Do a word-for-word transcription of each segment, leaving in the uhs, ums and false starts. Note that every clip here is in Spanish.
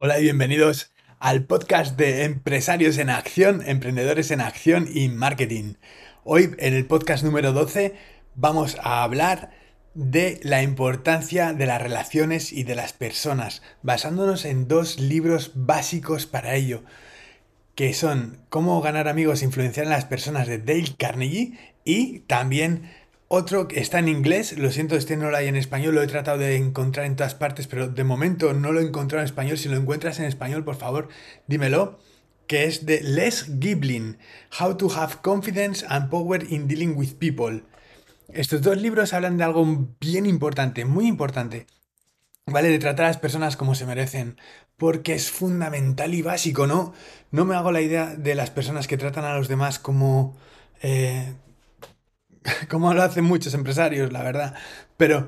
Hola y bienvenidos al podcast de Empresarios en Acción, Emprendedores en Acción y Marketing. Hoy en el podcast número doce vamos a hablar de la importancia de las relaciones y de las personas, basándonos en dos libros básicos para ello, que son Cómo ganar amigos e influenciar en las personas de Dale Carnegie y también otro que está en inglés, lo siento, este no lo hay en español, lo he tratado de encontrar en todas partes, pero de momento no lo he encontrado en español. Si lo encuentras en español, por favor, dímelo, que es de Les Giblin, How to Have Confidence and Power in Dealing with People. Estos dos libros hablan de algo bien importante, muy importante, ¿vale? De tratar a las personas como se merecen, porque es fundamental y básico, ¿no? No me hago la idea de las personas que tratan a los demás como... eh, como lo hacen muchos empresarios, la verdad. Pero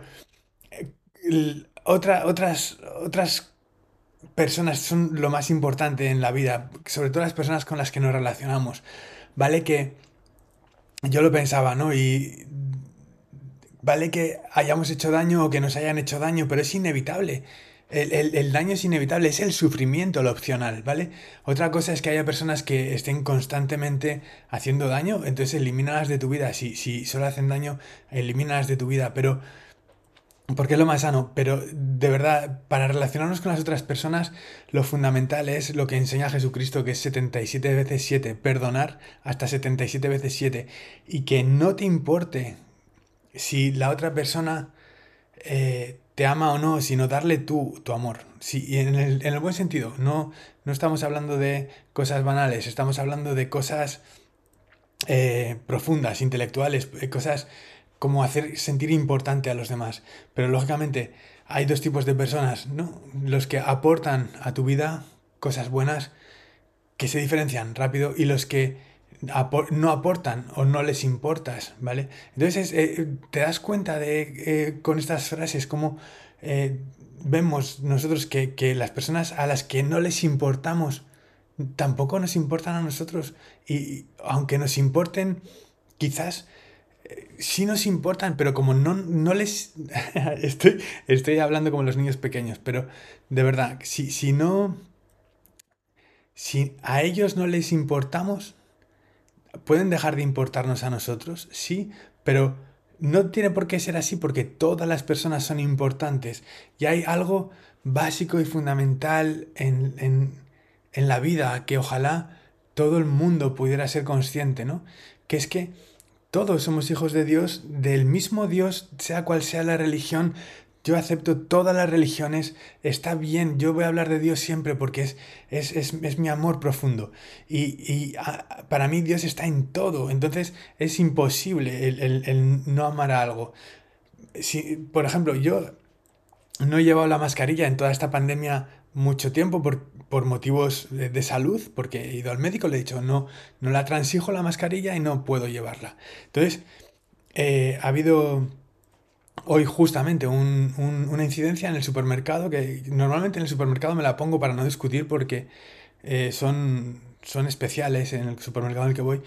el- otra, otras, otras personas son lo más importante en la vida, sobre todo las personas con las que nos relacionamos. Vale que yo lo pensaba, ¿no? Y vale que hayamos hecho daño o que nos hayan hecho daño, pero es inevitable. El, el- el daño es inevitable, es el sufrimiento lo opcional, ¿vale? Otra cosa es que haya personas que estén constantemente haciendo daño, entonces elimínalas de tu vida. Si, si solo hacen daño, elimínalas de tu vida, pero porque es lo más sano, pero de verdad, para relacionarnos con las otras personas, lo fundamental es lo que enseña Jesucristo, que es setenta y siete veces siete, perdonar hasta setenta y siete veces siete, y que no te importe si la otra persona eh, te ama o no, sino darle tú tu amor. Sí, y en el, en el buen sentido, no, no estamos hablando de cosas banales, estamos hablando de cosas eh, profundas, intelectuales, eh, cosas como hacer sentir importante a los demás. Pero lógicamente hay dos tipos de personas, ¿no? Los que aportan a tu vida cosas buenas que se diferencian rápido y los que apor- no aportan o no les importas, ¿vale? Entonces eh, te das cuenta de eh, con estas frases cómo eh, vemos nosotros que, que las personas a las que no les importamos tampoco nos importan a nosotros y aunque nos importen quizás sí nos importan, pero como no, no les... estoy, estoy hablando como los niños pequeños, pero de verdad, si, si no... Si a ellos no les importamos, pueden dejar de importarnos a nosotros, sí, pero no tiene por qué ser así porque todas las personas son importantes y hay algo básico y fundamental en, en, en la vida que ojalá todo el mundo pudiera ser consciente, ¿no? Que es que todos somos hijos de Dios, del mismo Dios, sea cual sea la religión. Yo acepto todas las religiones, está bien, yo voy a hablar de Dios siempre porque es, es, es, es mi amor profundo. Y, y a- para mí Dios está en todo, entonces es imposible el, el- el no amar a algo. Si, por ejemplo, yo no he llevado la mascarilla en toda esta pandemia mucho tiempo por, por motivos de, de salud, porque he ido al médico, le he dicho, no, no la transijo la mascarilla y no puedo llevarla. Entonces, eh, ha habido hoy justamente un- un- una incidencia en el supermercado que normalmente en el supermercado me la pongo para no discutir porque eh, son, son especiales en el supermercado en el que voy.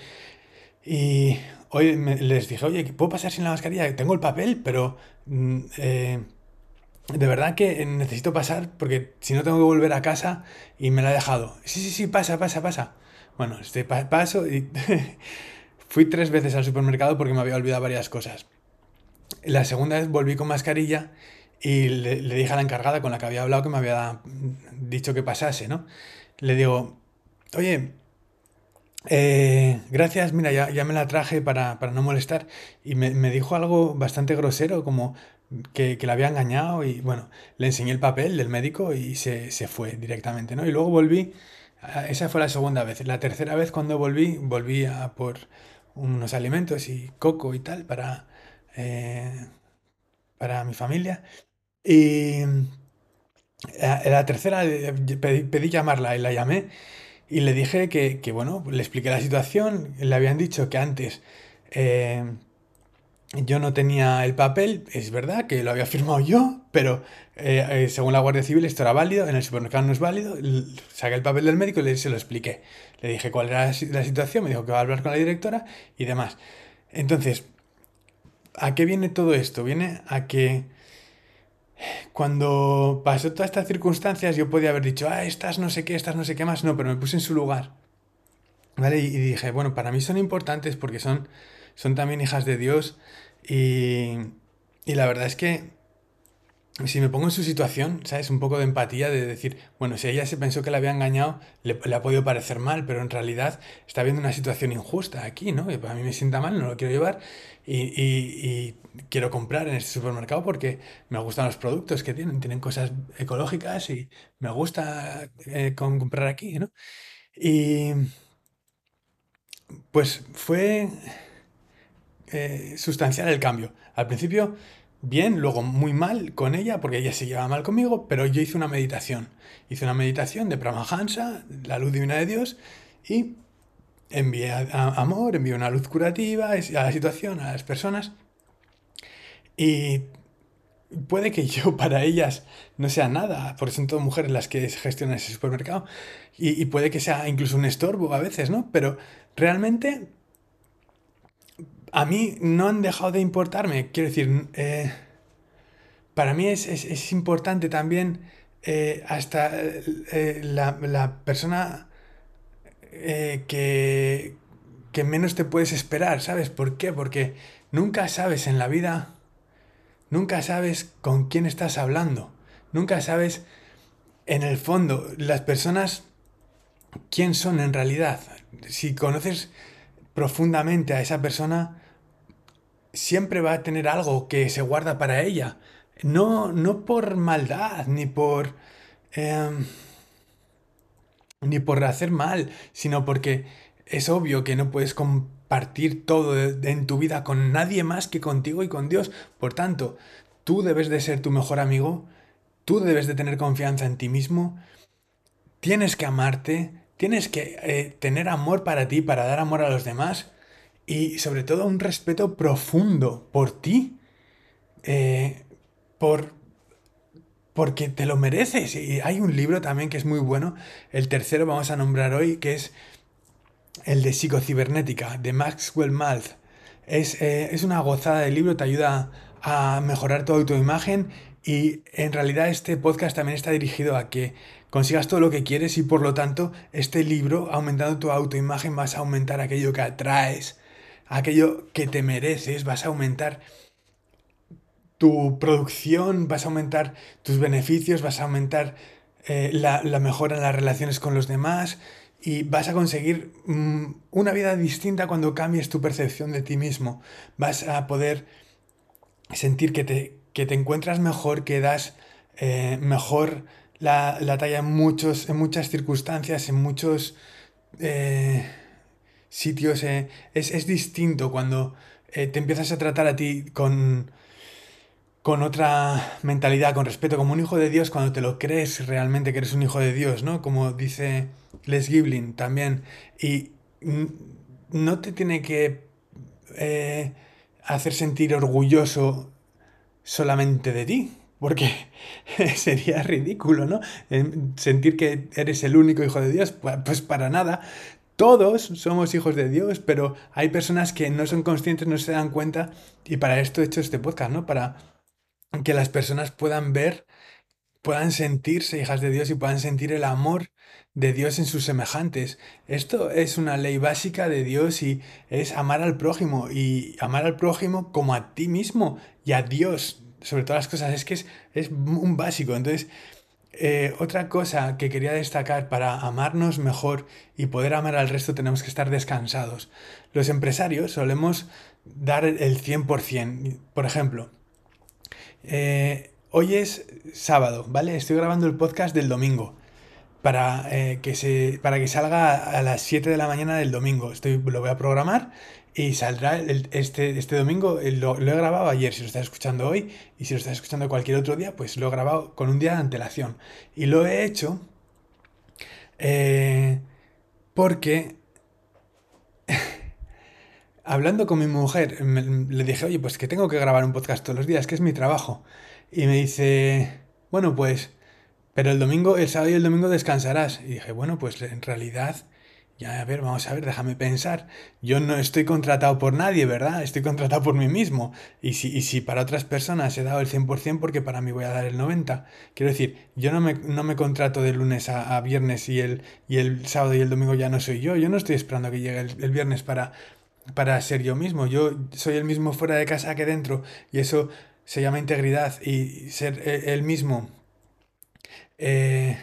Y hoy me- les dije, oye, ¿puedo pasar sin la mascarilla? Tengo el papel, pero mm, eh, de verdad que necesito pasar porque si no tengo que volver a casa y me la he dejado. Sí, sí, sí, pasa, pasa, pasa. Bueno, este pa- paso y fui tres veces al supermercado porque me había olvidado varias cosas. La segunda vez volví con mascarilla y le, le dije a la encargada con la que había hablado que me había dicho que pasase, ¿no? Le digo, oye, eh, gracias, mira, ya, ya me la traje para, para no molestar. Y me, me dijo algo bastante grosero, como que, que la había engañado y bueno, le enseñé el papel del médico y se, se fue directamente, ¿no? Y luego volví, a- esa fue la segunda vez. La tercera vez cuando volví, volví a por unos alimentos y coco y tal para, eh, para mi familia. Y eh, la tercera eh, pedí, pedí llamarla y la llamé y le dije que, que, bueno, le expliqué la situación. Le habían dicho que antes eh, yo no tenía el papel, es verdad que lo había firmado yo, pero eh, eh, según la Guardia Civil esto era válido, en el supermercado no es válido. L- Saqué el papel del médico y le, se lo expliqué. Le dije cuál era la, si- la situación, me dijo que va a hablar con la directora y demás. Entonces, ¿a qué viene todo esto? Viene a que Cuando pasó todas estas circunstancias, yo podía haber dicho, ah, estas no sé qué, estas no sé qué más, no, pero me puse en su lugar, ¿vale? Y, y dije, bueno, para mí son importantes porque son, son también hijas de Dios y, y la verdad es que si me pongo en su situación, ¿sabes? Un poco de empatía de decir, bueno, si ella se pensó que la había engañado, le, le ha podido parecer mal, pero en realidad está viendo una situación injusta aquí, ¿no? Y para mí me sienta mal, no lo quiero llevar y, y- y quiero comprar en este supermercado porque me gustan los productos que tienen, tienen cosas ecológicas y me gusta eh, con- comprar aquí, ¿no? Y pues fue eh, sustancial el cambio. Al principio, bien, luego muy mal con ella, porque ella se llevaba mal conmigo, pero yo hice una meditación. Hice una meditación de Paramahansa, la luz divina de Dios, y envié a- a- amor, envié una luz curativa a la situación, a las personas, y puede que yo para ellas no sea nada, porque son todas mujeres las que gestionan ese supermercado, y, y puede que sea incluso un estorbo a veces, ¿no? Pero realmente a mí no han dejado de importarme. Quiero decir, eh, para mí es, es- es importante también eh, hasta eh, eh, la, la persona eh, que, que menos te puedes esperar, ¿sabes? ¿Por qué? Porque nunca sabes en la vida, nunca sabes con quién estás hablando, nunca sabes en el fondo las personas quién son en realidad. Si conoces profundamente a esa persona, siempre va a tener algo que se guarda para ella. No, no por maldad, ni por... em, ni por hacer mal, sino porque es obvio que no puedes compartir todo de- en tu vida con nadie más que contigo y con Dios. Por tanto, tú debes de ser tu mejor amigo, tú debes de tener confianza en ti mismo, tienes que amarte, tienes que eh, tener amor para ti, para dar amor a los demás y sobre todo un respeto profundo por ti, eh, por, porque te lo mereces. Y hay un libro también que es muy bueno, el tercero vamos a nombrar hoy, que es el de psicocibernética, de Maxwell Maltz. Es, eh, es una gozada de libro, te ayuda a mejorar tu autoimagen y en realidad este podcast también está dirigido a que consigas todo lo que quieres y por lo tanto este libro, aumentando tu autoimagen, vas a aumentar aquello que atraes, aquello que te mereces, vas a aumentar tu producción, vas a aumentar tus beneficios, vas a aumentar eh, la, la mejora en las relaciones con los demás y vas a conseguir mm, una vida distinta cuando cambies tu percepción de ti mismo. Vas a poder sentir que te, que te encuentras mejor, que das eh, mejor la, la talla en, muchos, en muchas circunstancias, en muchos eh, sitios. eh. Es, es distinto cuando eh, te empiezas a tratar a ti con con otra mentalidad, con respeto, como un hijo de Dios cuando te lo crees realmente que eres un hijo de Dios, ¿no? Como dice Les Giblin también. Y n- no te tiene que eh, hacer sentir orgulloso solamente de ti, porque sería ridículo, ¿no? Eh, Sentir que eres el único hijo de Dios, pues pues para nada. Todos somos hijos de Dios, pero hay personas que no son conscientes, no se dan cuenta, y para esto he hecho este podcast, ¿no? Para que las personas puedan ver, puedan sentirse hijas de Dios y puedan sentir el amor de Dios en sus semejantes. Esto es una ley básica de Dios y es amar al prójimo y amar al prójimo como a ti mismo y a Dios sobre todas las cosas. Es que es, es un básico. Entonces, eh, otra cosa que quería destacar para amarnos mejor y poder amar al resto tenemos que estar descansados. Los empresarios solemos dar el cien por ciento. Por ejemplo, eh, hoy es sábado, ¿vale? Estoy grabando el podcast del domingo para, eh, que, se, para que salga a las siete de la mañana del domingo. Estoy, lo voy a programar y saldrá el- este, este domingo. eh, Lo, lo he grabado ayer, si lo estás escuchando hoy, y si lo estás escuchando cualquier otro día, pues lo he grabado con un día de antelación. Y lo he hecho eh, porque hablando con mi mujer, me- le dije, oye, pues que tengo que grabar un podcast todos los días, que es mi trabajo. Y me dice, bueno, pues, pero el domingo, el sábado y el domingo descansarás. Y dije, bueno, pues en realidad Ya, a ver, vamos a ver, déjame pensar. Yo no estoy contratado por nadie, ¿verdad? Estoy contratado por mí mismo. Y si, y si para otras personas he dado el cien por ciento, porque para mí voy a dar el noventa por ciento. Quiero decir, yo no me, no me contrato de lunes a, a viernes y el, y el sábado y el domingo ya no soy yo. Yo no estoy esperando a que llegue el, el viernes para, para ser yo mismo. Yo soy el mismo fuera de casa que dentro. Y eso se llama integridad. Y ser eh, el mismo eh,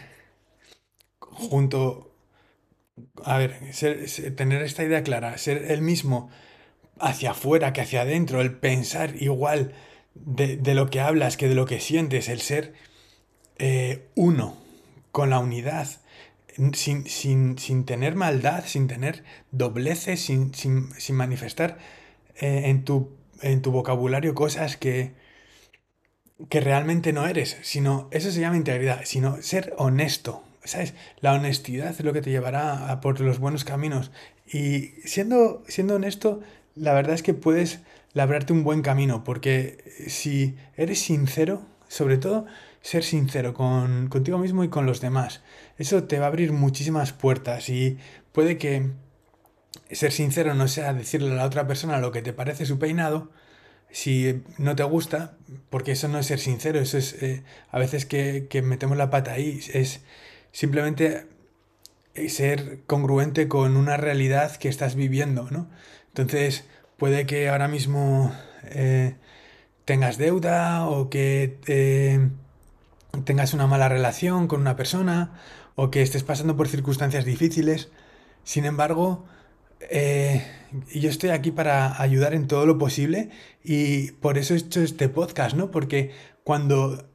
junto... A ver, ser- ser- tener esta idea clara, ser el mismo hacia afuera que hacia adentro, el pensar igual de, de lo que hablas que de lo que sientes, el ser eh, uno con la unidad, sin, sin, sin tener maldad, sin tener dobleces, sin, sin, sin manifestar eh, en tu, en tu vocabulario cosas que, que realmente no eres, sino eso se llama integridad, sino ser honesto. ¿Sabes? La honestidad es lo que te llevará a por los buenos caminos. Y siendo, siendo honesto, la verdad es que puedes labrarte un buen camino, porque si eres sincero, sobre todo ser sincero con, contigo mismo y con los demás, eso te va a abrir muchísimas puertas y puede que ser sincero no sea decirle a la otra persona lo que te parece su peinado, si no te gusta, porque eso no es ser sincero, eso es eh, a veces que, que metemos la pata ahí, es simplemente eh, ser congruente con una realidad que estás viviendo, ¿no? Entonces, puede que ahora mismo eh, tengas deuda o que eh, tengas una mala relación con una persona o que estés pasando por circunstancias difíciles. Sin embargo, eh, yo estoy aquí para ayudar en todo lo posible y por eso he hecho este podcast, ¿no? Porque cuando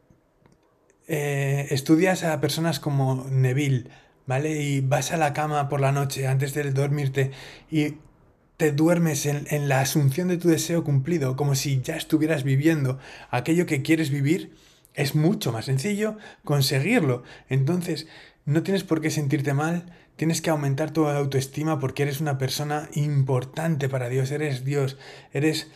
eh, estudias a personas como Neville, ¿vale? Y vas a la cama por la noche antes de dormirte y te duermes en, en la asunción de tu deseo cumplido, como si ya estuvieras viviendo aquello que quieres vivir, es mucho más sencillo conseguirlo. Entonces, no tienes por qué sentirte mal, tienes que aumentar tu autoestima porque eres una persona importante para Dios, eres Dios, eres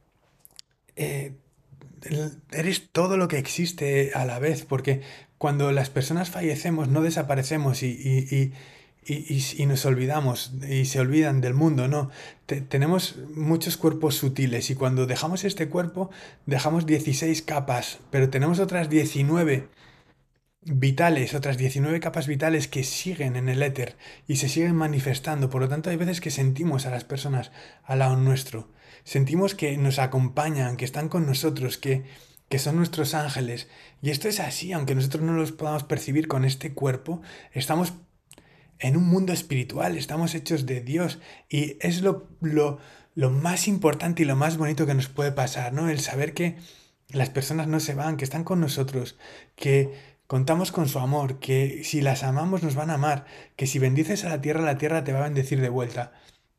eh, eres todo lo que existe a la vez, porque cuando las personas fallecemos no desaparecemos y, y- y- y- y- y nos olvidamos y se olvidan del mundo, no. Te- tenemos muchos cuerpos sutiles y cuando dejamos este cuerpo dejamos dieciséis capas, pero tenemos otras diecinueve vitales, otras diecinueve capas vitales que siguen en el éter y se siguen manifestando. Por lo tanto, hay veces que sentimos a las personas al lado nuestro. Sentimos que nos acompañan, que están con nosotros, que, que son nuestros ángeles. Y esto es así, aunque nosotros no los podamos percibir con este cuerpo, estamos en un mundo espiritual, estamos hechos de Dios. Y es lo, lo, lo más importante y lo más bonito que nos puede pasar, ¿no? El saber que las personas no se van, que están con nosotros, que contamos con su amor, que si las amamos nos van a amar, que si bendices a la tierra, la tierra te va a bendecir de vuelta.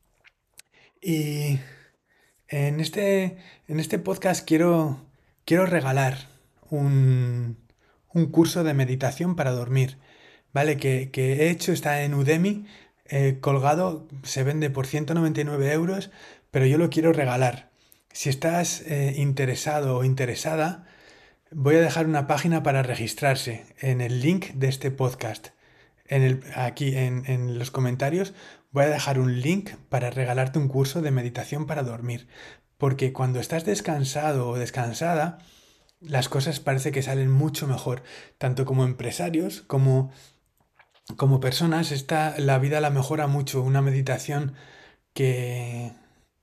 Y en este, en este podcast quiero, quiero regalar un, un curso de meditación para dormir, ¿vale? Que, que he hecho, está en Udemy, eh, colgado, se vende por ciento noventa y nueve euros, pero yo lo quiero regalar. Si estás eh, interesado o interesada, voy a dejar una página para registrarse en el link de este podcast. En el, aquí en, en los comentarios voy a dejar un link para regalarte un curso de meditación para dormir. Porque cuando estás descansado o descansada, las cosas parece que salen mucho mejor. Tanto como empresarios como, como personas, esta, la vida la mejora mucho. Una meditación que,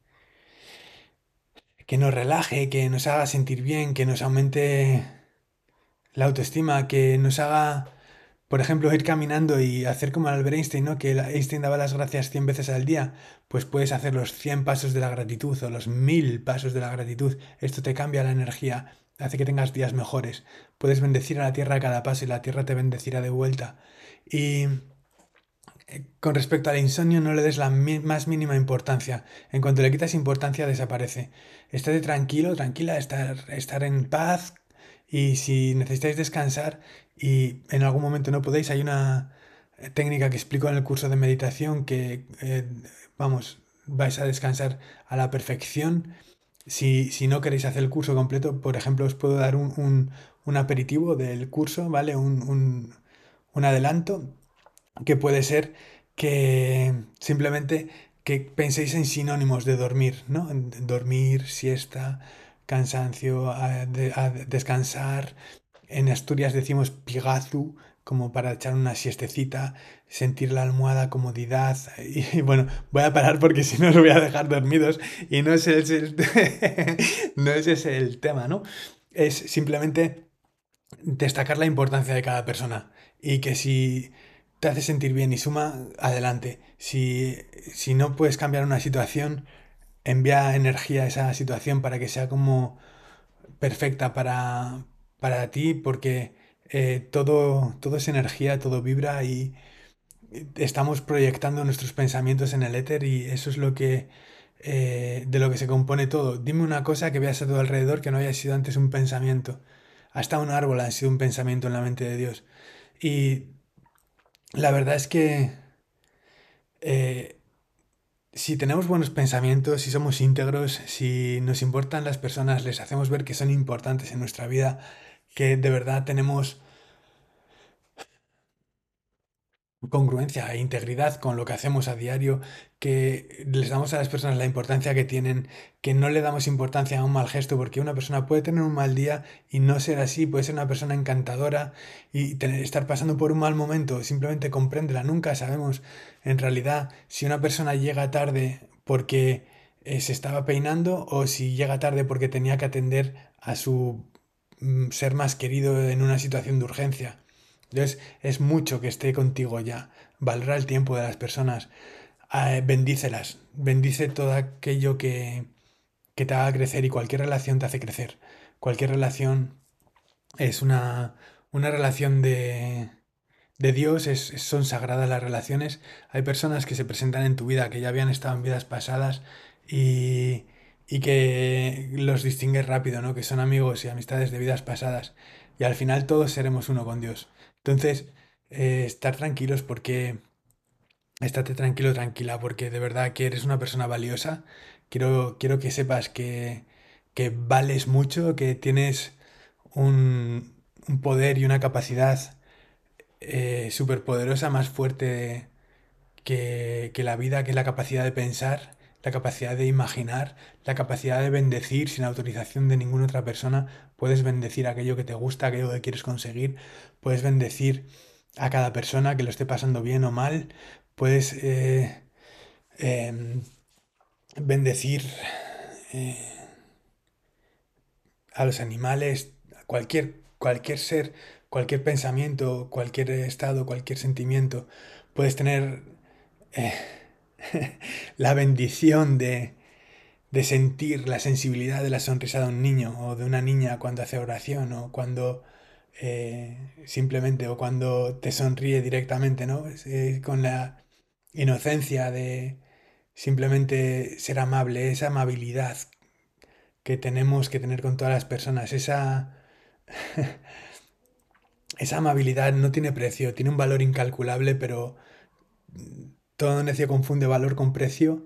que nos relaje, que nos haga sentir bien, que nos aumente la autoestima, que nos haga, por ejemplo, ir caminando y hacer como Albert Einstein, ¿no? Que Einstein daba las gracias cien veces al día, pues puedes hacer los cien pasos de la gratitud o los mil pasos de la gratitud. Esto te cambia la energía, hace que tengas días mejores. Puedes bendecir a la tierra a cada paso y la tierra te bendecirá de vuelta. Y con respecto al insomnio, no le des la mi- más mínima importancia. En cuanto le quitas importancia, desaparece. Estate tranquilo, tranquila, estar, estar en paz. Y si necesitáis descansar y en algún momento no podéis, hay una eh, técnica que explico en el curso de meditación que, eh, vamos, vais a descansar a la perfección. Si, si no queréis hacer el curso completo, por ejemplo, os puedo dar un, un- un aperitivo del curso, ¿vale? Un, un un adelanto que puede ser que simplemente que penséis en sinónimos de dormir, ¿no? En dormir, siesta, cansancio, a- de- a descansar. En Asturias decimos pigazu, como para echar una siestecita, sentir la almohada, comodidad. Y, y bueno, voy a parar porque si no os voy a dejar dormidos y no es ese el, no es ese el tema, ¿no? Es simplemente destacar la importancia de cada persona y que si te hace sentir bien y suma, adelante. Si, si no puedes cambiar una situación, envía energía a esa situación para que sea como perfecta para, para ti, porque eh, todo, todo es energía, todo vibra y estamos proyectando nuestros pensamientos en el éter y eso es lo que eh, de lo que se compone todo. Dime una cosa que veas a tu alrededor que no haya sido antes un pensamiento. Hasta un árbol ha sido un pensamiento en la mente de Dios. Y la verdad es que eh, si tenemos buenos pensamientos, si somos íntegros, si nos importan las personas, les hacemos ver que son importantes en nuestra vida, que de verdad tenemos congruencia e integridad con lo que hacemos a diario, que les damos a las personas la importancia que tienen, que no le damos importancia a un mal gesto, porque una persona puede tener un mal día y no ser así, puede ser una persona encantadora y tener- estar pasando por un mal momento, simplemente compréndela, nunca sabemos en realidad si una persona llega tarde porque eh, se estaba peinando o si llega tarde porque tenía que atender a su mm, ser más querido en una situación de urgencia. Entonces, es mucho que esté contigo ya. Valora el tiempo de las personas. Eh, bendícelas. Bendice todo aquello que, que te haga crecer y cualquier relación te hace crecer. Cualquier relación es una, una relación de, de Dios, es, es- son sagradas las relaciones. Hay personas que se presentan en tu vida que ya habían estado en vidas pasadas y, y que los distingues rápido, ¿no? Que son amigos y amistades de vidas pasadas. Y al final todos seremos uno con Dios. Entonces, eh, estar tranquilos porque, estate tranquilo, tranquila, porque de verdad que eres una persona valiosa. Quiero, quiero que sepas que, que vales mucho, que tienes un, un poder y una capacidad eh, súper poderosa, más fuerte que, que la vida, que es la capacidad de pensar, la capacidad de imaginar, la capacidad de bendecir sin autorización de ninguna otra persona. Puedes bendecir aquello que te gusta, aquello que quieres conseguir. Puedes bendecir a cada persona que lo esté pasando bien o mal. Puedes eh, eh, bendecir eh, a los animales, a cualquier, cualquier ser, cualquier pensamiento, cualquier estado, cualquier sentimiento. Puedes tener eh, la bendición de, de sentir la sensibilidad de la sonrisa de un niño o de una niña cuando hace oración o cuando eh, simplemente o cuando te sonríe directamente, ¿no? Es, eh, con la inocencia de simplemente ser amable, esa amabilidad que tenemos que tener con todas las personas, esa, esa amabilidad no tiene precio, tiene un valor incalculable, pero todo necio confunde valor con precio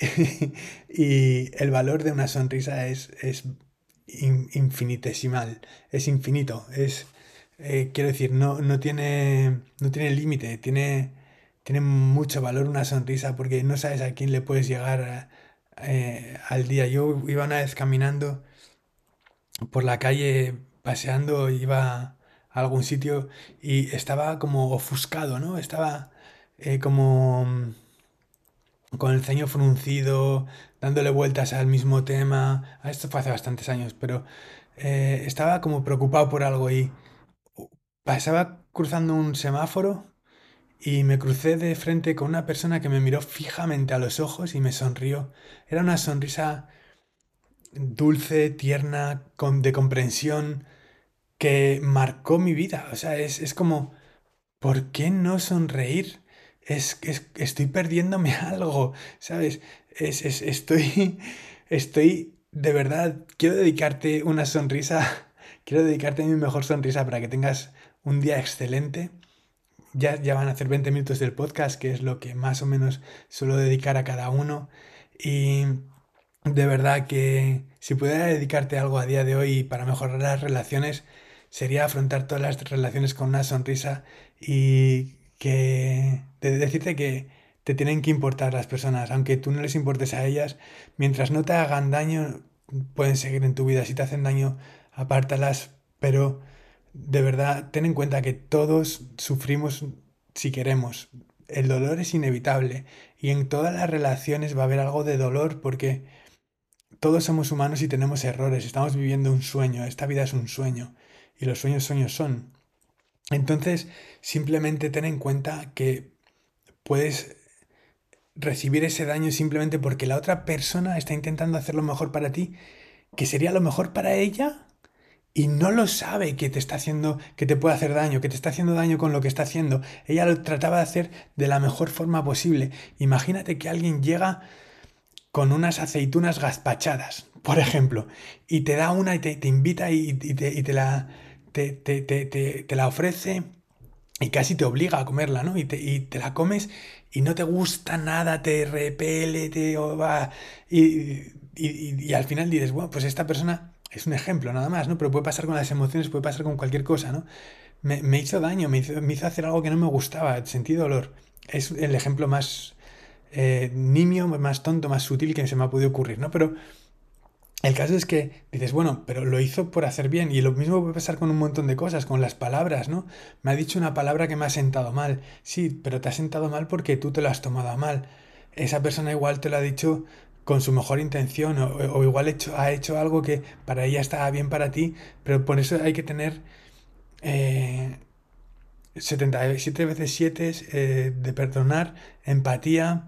y el valor de una sonrisa es, es in- infinitesimal, es infinito, es, eh, quiero decir, no, no tiene, no tiene límite, tiene, tiene mucho valor una sonrisa porque no sabes a quién le puedes llegar eh, al día. Yo iba una vez caminando por la calle, paseando, iba a algún sitio y estaba como ofuscado, ¿no? Estaba eh, como con el ceño fruncido, dándole vueltas al mismo tema. Ah, esto fue hace bastantes años, pero eh, estaba como preocupado por algo y pasaba cruzando un semáforo y me crucé de frente con una persona que me miró fijamente a los ojos y me sonrió. Era una sonrisa dulce, tierna, con- de comprensión, que marcó mi vida. O sea, es, es como, ¿por qué no sonreír? Es, es, estoy perdiéndome algo, ¿sabes? Es, es- estoy, estoy, de verdad, quiero dedicarte una sonrisa, quiero dedicarte mi mejor sonrisa para que tengas un día excelente. Ya, ya van a hacer veinte minutos del podcast, que es lo que más o menos suelo dedicar a cada uno. Y de verdad que si pudiera dedicarte algo a día de hoy para mejorar las relaciones, sería afrontar todas las relaciones con una sonrisa y que de decirte que te tienen que importar las personas, aunque tú no les importes a ellas, mientras no te hagan daño, pueden seguir en tu vida. Si te hacen daño, apártalas, pero de verdad, ten en cuenta que todos sufrimos si queremos. El dolor es inevitable y en todas las relaciones va a haber algo de dolor porque todos somos humanos y tenemos errores. Estamos viviendo un sueño. Esta vida es un sueño y los sueños sueños son. Entonces, simplemente ten en cuenta que puedes recibir ese daño simplemente porque la otra persona está intentando hacer lo mejor para ti, que sería lo mejor para ella, y no lo sabe que te está haciendo, que te puede hacer daño, que te está haciendo daño con lo que está haciendo. Ella lo trataba de hacer de la mejor forma posible. Imagínate que alguien llega con unas aceitunas gazpachadas, por ejemplo, y te da una y te, te invita y, y te, y te la, te, te, te, te, te la ofrece y casi te obliga a comerla, ¿no? Y te, y te la comes y no te gusta nada, te repele, te oh, va, y, y, y- y al final dices, bueno, pues esta persona es un ejemplo nada más, ¿no? Pero puede pasar con las emociones, puede pasar con cualquier cosa, ¿no? Me, me hizo daño, me hizo, me hizo hacer algo que no me gustaba, sentí dolor. Es el ejemplo más eh, nimio, más tonto, más sutil que se me ha podido ocurrir, ¿no? Pero el caso es que dices, bueno, pero lo hizo por hacer bien. Y lo mismo puede pasar con un montón de cosas, con las palabras, ¿no? Me ha dicho una palabra que me ha sentado mal. Sí, pero te ha sentado mal porque tú te lo has tomado a mal. Esa persona igual te lo ha dicho con su mejor intención o, o igual hecho, ha hecho algo que para ella estaba bien para ti, pero por eso hay que tener eh, setenta y siete veces siete eh, de perdonar, empatía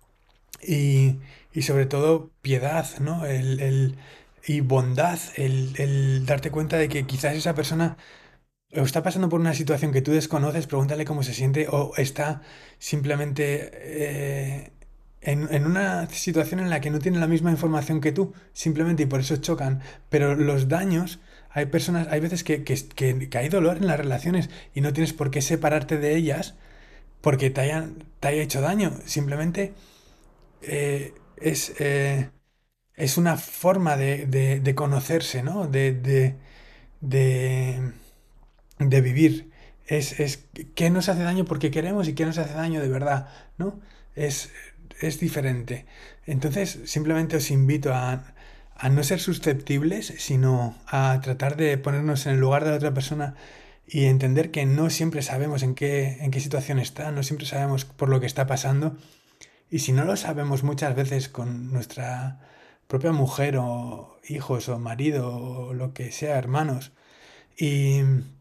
y, y sobre todo piedad, ¿no? El, el- y bondad, el, el darte cuenta de que quizás esa persona o está pasando por una situación que tú desconoces, pregúntale cómo se siente, o está simplemente eh, en, en una situación en la que no tiene la misma información que tú, simplemente y por eso chocan. Pero los daños, hay personas, hay veces que, que, que- que hay dolor en las relaciones y no tienes por qué separarte de ellas porque te hayan, te haya hecho daño. Simplemente eh, es, eh, es una forma de, de- de conocerse, ¿no? De, de, de, de vivir. Es, es qué nos hace daño porque queremos y qué nos hace daño de verdad, ¿no? Es, es diferente. Entonces, simplemente os invito a, a no ser susceptibles, sino a tratar de ponernos en el lugar de la otra persona y entender que no siempre sabemos en qué, en qué situación está, no siempre sabemos por lo que está pasando y si no lo sabemos muchas veces con nuestra propia mujer o hijos o marido o lo que sea, hermanos, y,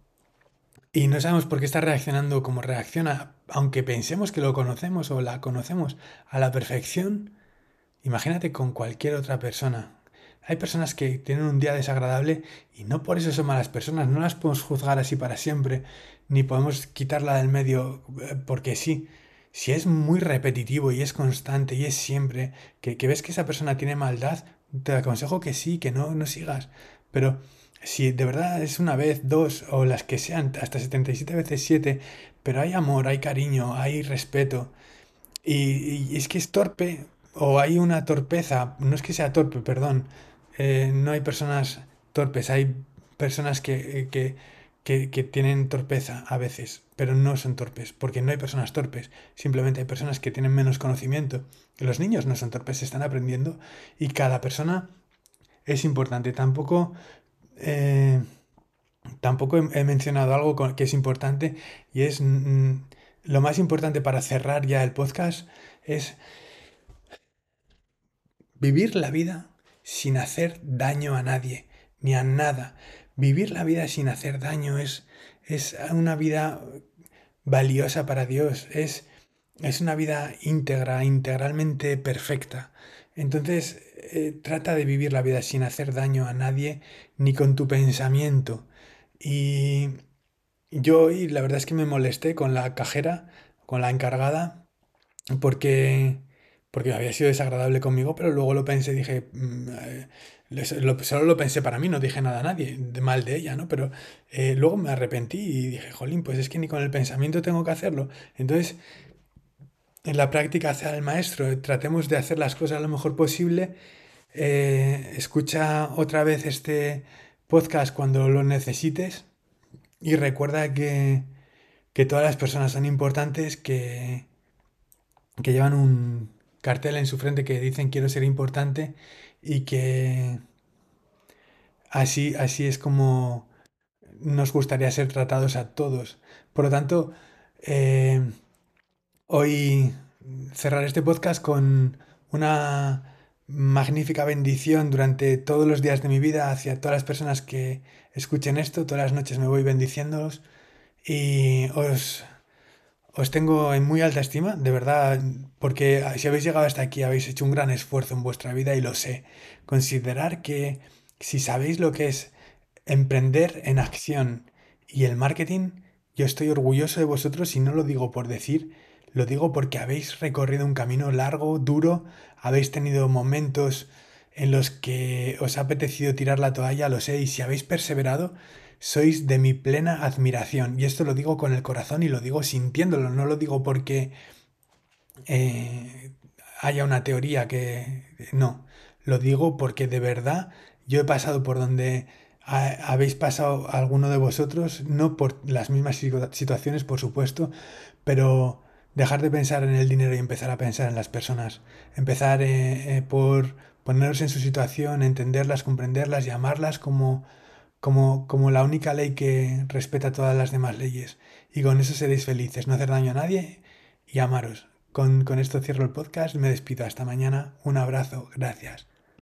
y no sabemos por qué está reaccionando como reacciona, aunque pensemos que lo conocemos o la conocemos a la perfección, imagínate con cualquier otra persona. Hay personas que tienen un día desagradable y no por eso son malas personas, no las podemos juzgar así para siempre, ni podemos quitarla del medio eh, porque sí. Si es muy repetitivo y es constante y es siempre que, que ves que esa persona tiene maldad, te aconsejo que sí, que no, no sigas. Pero si de verdad es una vez, dos o las que sean, hasta setenta y siete veces siete, pero hay amor, hay cariño, hay respeto, y, y es que es torpe, o hay una torpeza, no es que sea torpe, perdón, eh, no hay personas torpes, hay personas que, que, que, que tienen torpeza a veces, pero no son torpes, porque no hay personas torpes, simplemente hay personas que tienen menos conocimiento. Los niños no son torpes, están aprendiendo y cada persona es importante. Tampoco, eh, tampoco he, he mencionado algo con- que es importante y es mm, lo más importante para cerrar ya el podcast es vivir la vida sin hacer daño a nadie, ni a nada. Vivir la vida sin hacer daño es, es una vida valiosa para Dios, es, es una vida íntegra, integralmente perfecta. Entonces, eh, trata de vivir la vida sin hacer daño a nadie, ni con tu pensamiento. Y yo hoy la verdad es que me molesté con la cajera, con la encargada, porque, porque había sido desagradable conmigo, pero luego lo pensé, dije, mm, eh, les- lo- solo lo pensé para mí, no dije nada a nadie, de mal de ella, ¿no? Pero eh, luego me arrepentí y dije, jolín, pues es que ni con el pensamiento tengo que hacerlo. Entonces, en la práctica hacia el maestro, eh, tratemos de hacer las cosas lo mejor posible. Eh, escucha otra vez este podcast cuando lo necesites y recuerda que, que todas las personas son importantes, que que llevan un cartel en su frente que dicen quiero ser importante y que así, así es como nos gustaría ser tratados a todos. Por lo tanto, eh, hoy cerrar este podcast con una magnífica bendición durante todos los días de mi vida hacia todas las personas que escuchen esto. Todas las noches me voy bendiciéndolos y os, os tengo en muy alta estima, de verdad, porque si habéis llegado hasta aquí habéis hecho un gran esfuerzo en vuestra vida y lo sé. Considerar que si sabéis lo que es emprender en acción y el marketing, yo estoy orgulloso de vosotros y no lo digo por decir, lo digo porque habéis recorrido un camino largo, duro, habéis tenido momentos en los que os ha apetecido tirar la toalla, lo sé, y si habéis perseverado, sois de mi plena admiración. Y esto lo digo con el corazón y lo digo sintiéndolo, no lo digo porque eh, haya una teoría que... No, lo digo porque de verdad yo he pasado por donde ha- habéis pasado alguno de vosotros, no por las mismas situ- situaciones, por supuesto, pero dejar de pensar en el dinero y empezar a pensar en las personas. Empezar eh, eh, por ponernos en su situación, entenderlas, comprenderlas y amarlas como, como, como la única ley que respeta todas las demás leyes. Y con eso seréis felices, no hacer daño a nadie y amaros. Con, con esto cierro el podcast, me despido. Hasta mañana. Un abrazo. Gracias.